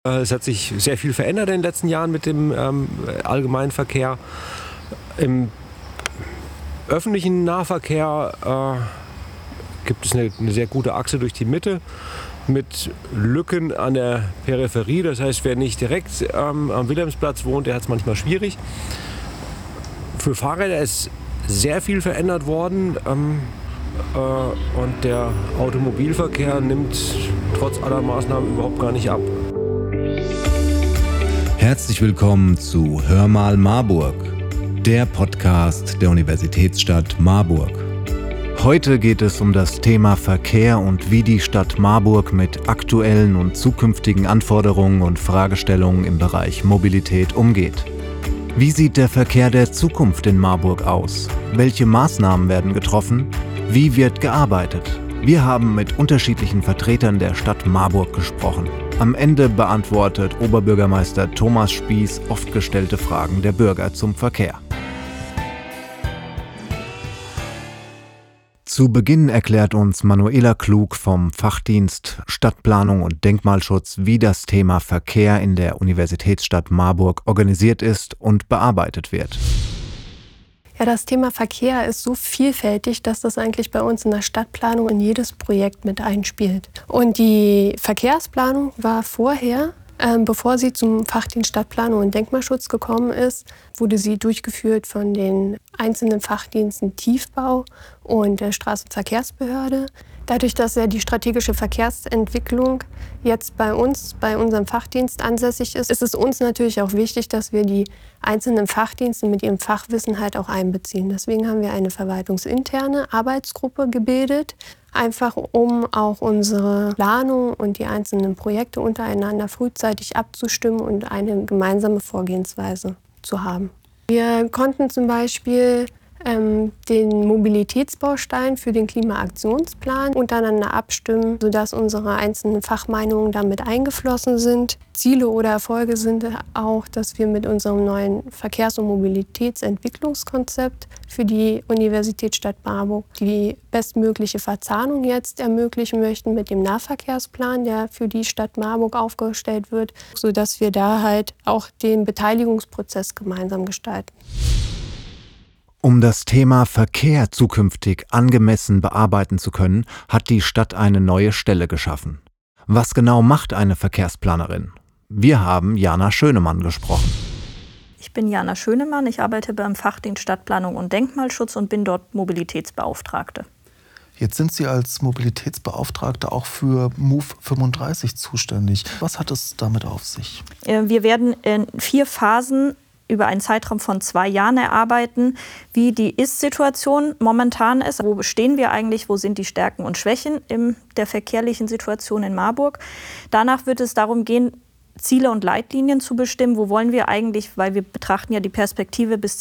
Es hat sich sehr viel verändert in den letzten Jahren mit dem allgemeinen Verkehr. Im öffentlichen Nahverkehr gibt es eine sehr gute Achse durch die Mitte mit Lücken an der Peripherie. Das heißt, wer nicht direkt am Wilhelmsplatz wohnt, der hat es manchmal schwierig. Für Fahrräder ist sehr viel verändert worden und der Automobilverkehr nimmt trotz aller Maßnahmen überhaupt gar nicht ab. Herzlich willkommen zu Hör mal Marburg, der Podcast der Universitätsstadt Marburg. Heute geht es um das Thema Verkehr und wie die Stadt Marburg mit aktuellen und zukünftigen Anforderungen und Fragestellungen im Bereich Mobilität umgeht. Wie sieht der Verkehr der Zukunft in Marburg aus? Welche Maßnahmen werden getroffen? Wie wird gearbeitet? Wir haben mit unterschiedlichen Vertretern der Stadt Marburg gesprochen. Am Ende beantwortet Oberbürgermeister Thomas Spieß oft gestellte Fragen der Bürger zum Verkehr. Zu Beginn erklärt uns Manuela Klug vom Fachdienst Stadtplanung und Denkmalschutz, wie das Thema Verkehr in der Universitätsstadt Marburg organisiert ist und bearbeitet wird. Ja, das Thema Verkehr ist so vielfältig, dass das eigentlich bei uns in der Stadtplanung in jedes Projekt mit einspielt. Und die Verkehrsplanung war vorher, bevor sie zum Fachdienst Stadtplanung und Denkmalschutz gekommen ist, wurde sie durchgeführt von den einzelnen Fachdiensten Tiefbau und der Straßenverkehrsbehörde. Dadurch, dass ja die strategische Verkehrsentwicklung jetzt bei uns, bei unserem Fachdienst ansässig ist, ist es uns natürlich auch wichtig, dass wir die einzelnen Fachdienste mit ihrem Fachwissen halt auch einbeziehen. Deswegen haben wir eine verwaltungsinterne Arbeitsgruppe gebildet, einfach um auch unsere Planung und die einzelnen Projekte untereinander frühzeitig abzustimmen und eine gemeinsame Vorgehensweise zu haben. Wir konnten zum Beispiel den Mobilitätsbaustein für den Klimaaktionsplan untereinander abstimmen, sodass unsere einzelnen Fachmeinungen damit eingeflossen sind. Ziele oder Erfolge sind auch, dass wir mit unserem neuen Verkehrs- und Mobilitätsentwicklungskonzept für die Universitätsstadt Marburg die bestmögliche Verzahnung jetzt ermöglichen möchten mit dem Nahverkehrsplan, der für die Stadt Marburg aufgestellt wird, sodass wir da halt auch den Beteiligungsprozess gemeinsam gestalten. Um das Thema Verkehr zukünftig angemessen bearbeiten zu können, hat die Stadt eine neue Stelle geschaffen. Was genau macht eine Verkehrsplanerin? Wir haben Jana Schönemann gesprochen. Ich bin Jana Schönemann, ich arbeite beim Fachdienst Stadtplanung und Denkmalschutz und bin dort Mobilitätsbeauftragte. Jetzt sind Sie als Mobilitätsbeauftragte auch für MOVE 35 zuständig. Was hat es damit auf sich? Wir werden in 4 Phasen über einen Zeitraum von 2 Jahren erarbeiten, wie die Ist-Situation momentan ist. Wo stehen wir eigentlich, wo sind die Stärken und Schwächen in der verkehrlichen Situation in Marburg. Danach wird es darum gehen, Ziele und Leitlinien zu bestimmen. Wo wollen wir eigentlich, weil wir betrachten ja die Perspektive bis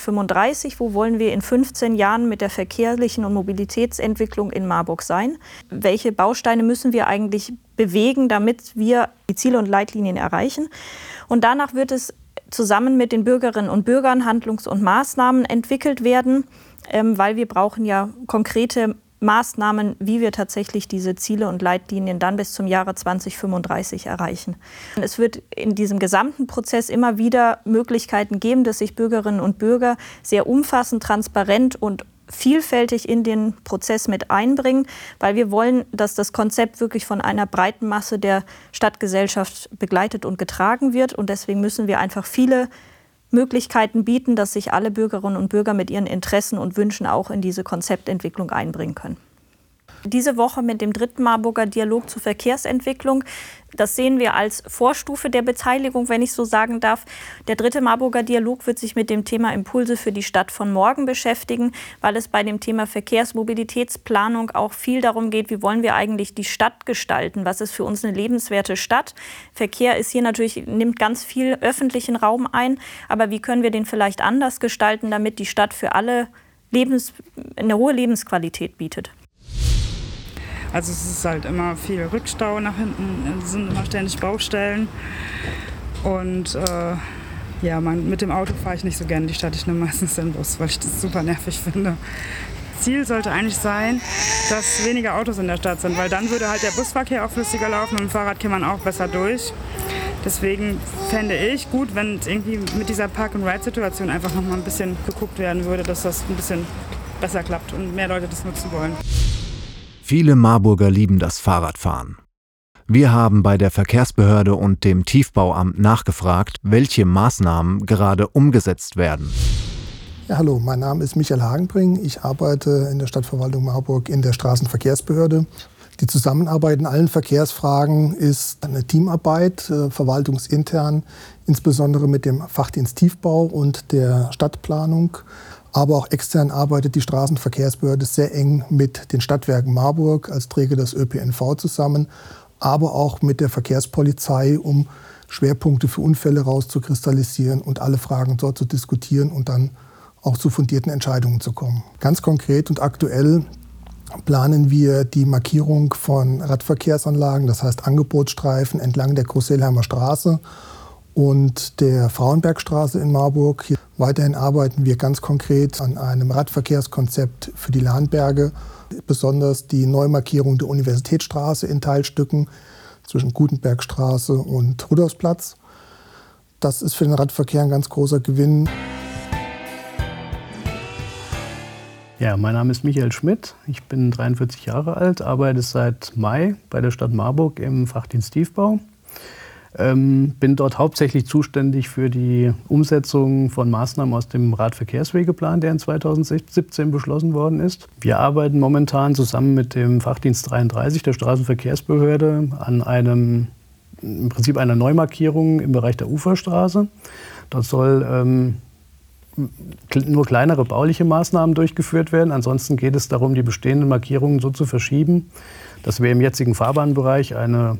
2035, wo wollen wir in 15 Jahren mit der verkehrlichen und Mobilitätsentwicklung in Marburg sein? Welche Bausteine müssen wir eigentlich bewegen, damit wir die Ziele und Leitlinien erreichen? Und danach wird es zusammen mit den Bürgerinnen und Bürgern Handlungs- und Maßnahmen entwickelt werden, weil wir brauchen ja konkrete Maßnahmen, wie wir tatsächlich diese Ziele und Leitlinien dann bis zum Jahre 2035 erreichen. Es wird in diesem gesamten Prozess immer wieder Möglichkeiten geben, dass sich Bürgerinnen und Bürger sehr umfassend, transparent und vielfältig in den Prozess mit einbringen, weil wir wollen, dass das Konzept wirklich von einer breiten Masse der Stadtgesellschaft begleitet und getragen wird. Und deswegen müssen wir einfach viele Möglichkeiten bieten, dass sich alle Bürgerinnen und Bürger mit ihren Interessen und Wünschen auch in diese Konzeptentwicklung einbringen können. Diese Woche mit dem 3. Marburger Dialog zur Verkehrsentwicklung, das sehen wir als Vorstufe der Beteiligung, wenn ich so sagen darf. Der 3. Marburger Dialog wird sich mit dem Thema Impulse für die Stadt von morgen beschäftigen, weil es bei dem Thema Verkehrsmobilitätsplanung auch viel darum geht, wie wollen wir eigentlich die Stadt gestalten? Was ist für uns eine lebenswerte Stadt? Verkehr ist hier natürlich, nimmt ganz viel öffentlichen Raum ein, aber wie können wir den vielleicht anders gestalten, damit die Stadt für alle eine hohe Lebensqualität bietet? Also es ist halt immer viel Rückstau nach hinten, es sind immer ständig Baustellen und mit dem Auto fahre ich nicht so gerne in die Stadt, ich nehme meistens den Bus, weil ich das super nervig finde. Ziel sollte eigentlich sein, dass weniger Autos in der Stadt sind, weil dann würde halt der Busverkehr auch flüssiger laufen und mit dem Fahrrad käme man auch besser durch. Deswegen fände ich gut, wenn irgendwie mit dieser Park-and-Ride-Situation einfach nochmal ein bisschen geguckt werden würde, dass das ein bisschen besser klappt und mehr Leute das nutzen wollen. Viele Marburger lieben das Fahrradfahren. Wir haben bei der Verkehrsbehörde und dem Tiefbauamt nachgefragt, welche Maßnahmen gerade umgesetzt werden. Ja, hallo, mein Name ist Michael Hagenbring. Ich arbeite in der Stadtverwaltung Marburg in der Straßenverkehrsbehörde. Die Zusammenarbeit in allen Verkehrsfragen ist eine Teamarbeit, verwaltungsintern, insbesondere mit dem Fachdienst Tiefbau und der Stadtplanung. Aber auch extern arbeitet die Straßenverkehrsbehörde sehr eng mit den Stadtwerken Marburg als Träger des ÖPNV zusammen, aber auch mit der Verkehrspolizei, um Schwerpunkte für Unfälle rauszukristallisieren und alle Fragen dort zu diskutieren und dann auch zu fundierten Entscheidungen zu kommen. Ganz konkret und aktuell planen wir die Markierung von Radverkehrsanlagen, das heißt Angebotsstreifen entlang der Großselheimer Straße und der Frauenbergstraße in Marburg. Hier weiterhin arbeiten wir ganz konkret an einem Radverkehrskonzept für die Lahnberge, besonders die Neumarkierung der Universitätsstraße in Teilstücken zwischen Gutenbergstraße und Rudolfsplatz. Das ist für den Radverkehr ein ganz großer Gewinn. Ja, mein Name ist Michael Schmidt. Ich bin 43 Jahre alt, arbeite seit Mai bei der Stadt Marburg im Fachdienst Tiefbau. Bin dort hauptsächlich zuständig für die Umsetzung von Maßnahmen aus dem Radverkehrswegeplan, der in 2017 beschlossen worden ist. Wir arbeiten momentan zusammen mit dem Fachdienst 33 der Straßenverkehrsbehörde an im Prinzip einer Neumarkierung im Bereich der Uferstraße. Dort soll nur kleinere bauliche Maßnahmen durchgeführt werden. Ansonsten geht es darum, die bestehenden Markierungen so zu verschieben, dass wir im jetzigen Fahrbahnbereich eine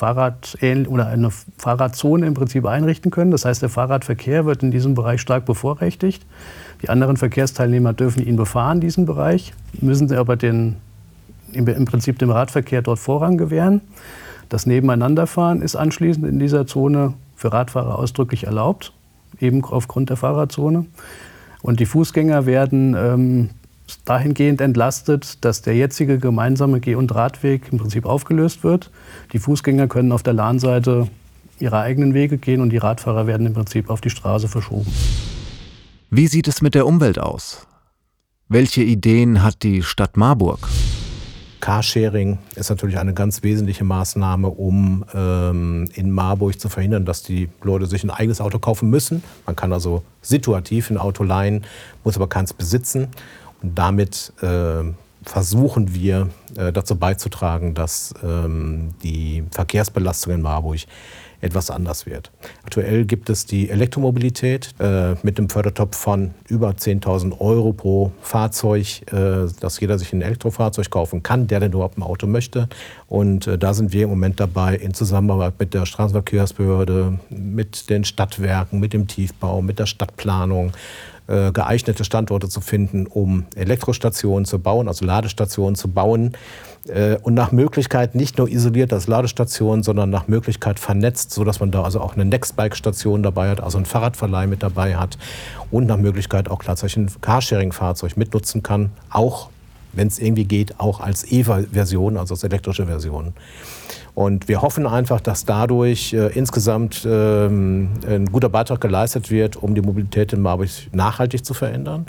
Fahrradzone im Prinzip einrichten können. Das heißt, der Fahrradverkehr wird in diesem Bereich stark bevorrechtigt. Die anderen Verkehrsteilnehmer dürfen ihn befahren, diesen Bereich, müssen aber im Prinzip dem Radverkehr dort Vorrang gewähren. Das Nebeneinanderfahren ist anschließend in dieser Zone für Radfahrer ausdrücklich erlaubt, eben aufgrund der Fahrradzone. Und die Fußgänger werden dahingehend entlastet, dass der jetzige gemeinsame Geh- und Radweg im Prinzip aufgelöst wird. Die Fußgänger können auf der Lahnseite ihre eigenen Wege gehen und die Radfahrer werden im Prinzip auf die Straße verschoben. Wie sieht es mit der Umwelt aus? Welche Ideen hat die Stadt Marburg? Carsharing ist natürlich eine ganz wesentliche Maßnahme, um in Marburg zu verhindern, dass die Leute sich ein eigenes Auto kaufen müssen. Man kann also situativ ein Auto leihen, muss aber keins besitzen. Und damit versuchen wir dazu beizutragen, dass die Verkehrsbelastung in Marburg etwas anders wird. Aktuell gibt es die Elektromobilität mit dem Fördertopf von über 10.000 Euro pro Fahrzeug, dass jeder sich ein Elektrofahrzeug kaufen kann, der denn überhaupt ein Auto möchte. Und da sind wir im Moment dabei, in Zusammenarbeit mit der Straßenverkehrsbehörde, mit den Stadtwerken, mit dem Tiefbau, mit der Stadtplanung, geeignete Standorte zu finden, um Elektrostationen zu bauen, also Ladestationen zu bauen und nach Möglichkeit nicht nur isoliert als Ladestation, sondern nach Möglichkeit vernetzt, sodass man da also auch eine Nextbike-Station dabei hat, also einen Fahrradverleih mit dabei hat und nach Möglichkeit auch gleichzeitig ein Carsharing-Fahrzeug mitnutzen kann, auch wenn es irgendwie geht, auch als E-Version, also als elektrische Version. Und wir hoffen einfach, dass dadurch insgesamt ein guter Beitrag geleistet wird, um die Mobilität in Marburg nachhaltig zu verändern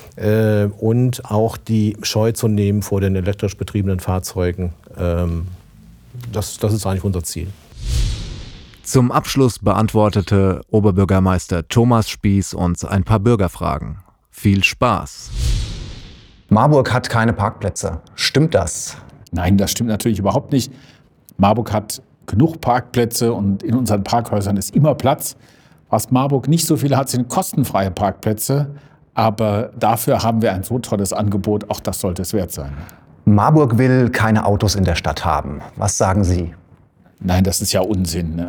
und auch die Scheu zu nehmen vor den elektrisch betriebenen Fahrzeugen. Das ist eigentlich unser Ziel. Zum Abschluss beantwortete Oberbürgermeister Thomas Spieß uns ein paar Bürgerfragen. Viel Spaß! Marburg hat keine Parkplätze. Stimmt das? Nein, das stimmt natürlich überhaupt nicht. Marburg hat genug Parkplätze und in unseren Parkhäusern ist immer Platz. Was Marburg nicht so viele hat, sind kostenfreie Parkplätze. Aber dafür haben wir ein so tolles Angebot, auch das sollte es wert sein. Marburg will keine Autos in der Stadt haben. Was sagen Sie? Nein, das ist ja Unsinn.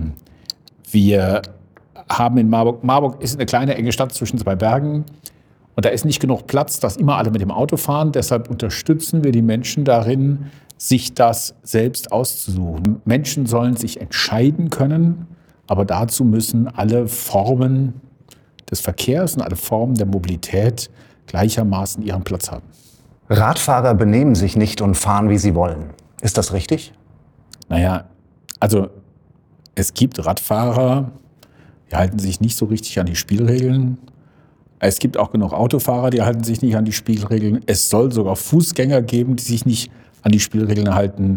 Wir haben in Marburg ist eine kleine, enge Stadt zwischen zwei Bergen. Und da ist nicht genug Platz, dass immer alle mit dem Auto fahren. Deshalb unterstützen wir die Menschen darin, sich das selbst auszusuchen. Menschen sollen sich entscheiden können, aber dazu müssen alle Formen des Verkehrs und alle Formen der Mobilität gleichermaßen ihren Platz haben. Radfahrer benehmen sich nicht und fahren, wie sie wollen. Ist das richtig? Naja, also Es gibt Radfahrer, die halten sich nicht so richtig an die Spielregeln. Es gibt auch genug Autofahrer, die halten sich nicht an die Spielregeln. Es soll sogar Fußgänger geben, die sich nicht an die Spielregeln halten.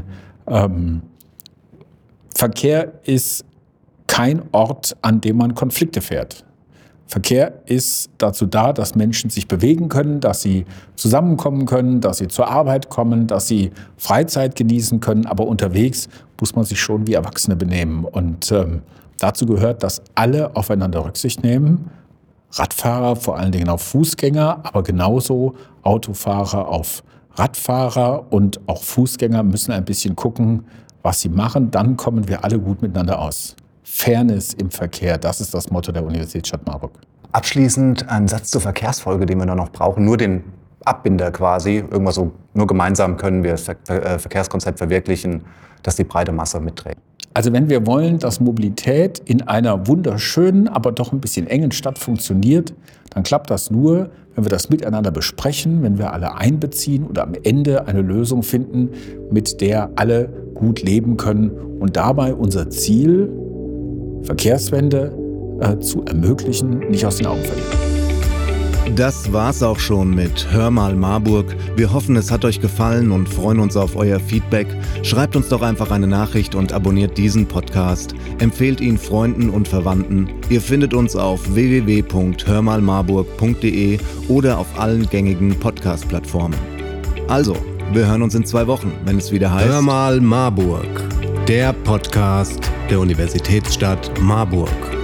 Verkehr ist kein Ort, an dem man Konflikte fährt. Verkehr ist dazu da, dass Menschen sich bewegen können, dass sie zusammenkommen können, dass sie zur Arbeit kommen, dass sie Freizeit genießen können. Aber unterwegs muss man sich schon wie Erwachsene benehmen. Und dazu gehört, dass alle aufeinander Rücksicht nehmen. Radfahrer, vor allen Dingen auf Fußgänger, aber genauso Autofahrer auf Radfahrer, und auch Fußgänger müssen ein bisschen gucken, was sie machen. Dann kommen wir alle gut miteinander aus. Fairness im Verkehr, das ist das Motto der Universitätsstadt Marburg. Abschließend ein Satz zur Verkehrsfolge, den wir da noch brauchen. Nur den Abbinder quasi. Irgendwas so, nur gemeinsam können wir das Verkehrskonzept verwirklichen, das die breite Masse mitträgt. Also wenn wir wollen, dass Mobilität in einer wunderschönen, aber doch ein bisschen engen Stadt funktioniert, dann klappt das nur, wenn wir das miteinander besprechen, wenn wir alle einbeziehen und am Ende eine Lösung finden, mit der alle gut leben können und dabei unser Ziel, Verkehrswende zu ermöglichen, nicht aus den Augen verlieren. Das war's auch schon mit Hör mal Marburg. Wir hoffen, es hat euch gefallen und freuen uns auf euer Feedback. Schreibt uns doch einfach eine Nachricht und abonniert diesen Podcast. Empfehlt ihn Freunden und Verwandten. Ihr findet uns auf www.hörmalmarburg.de oder auf allen gängigen Podcast-Plattformen. Also, wir hören uns in 2 Wochen, wenn es wieder heißt Hör mal Marburg, der Podcast der Universitätsstadt Marburg.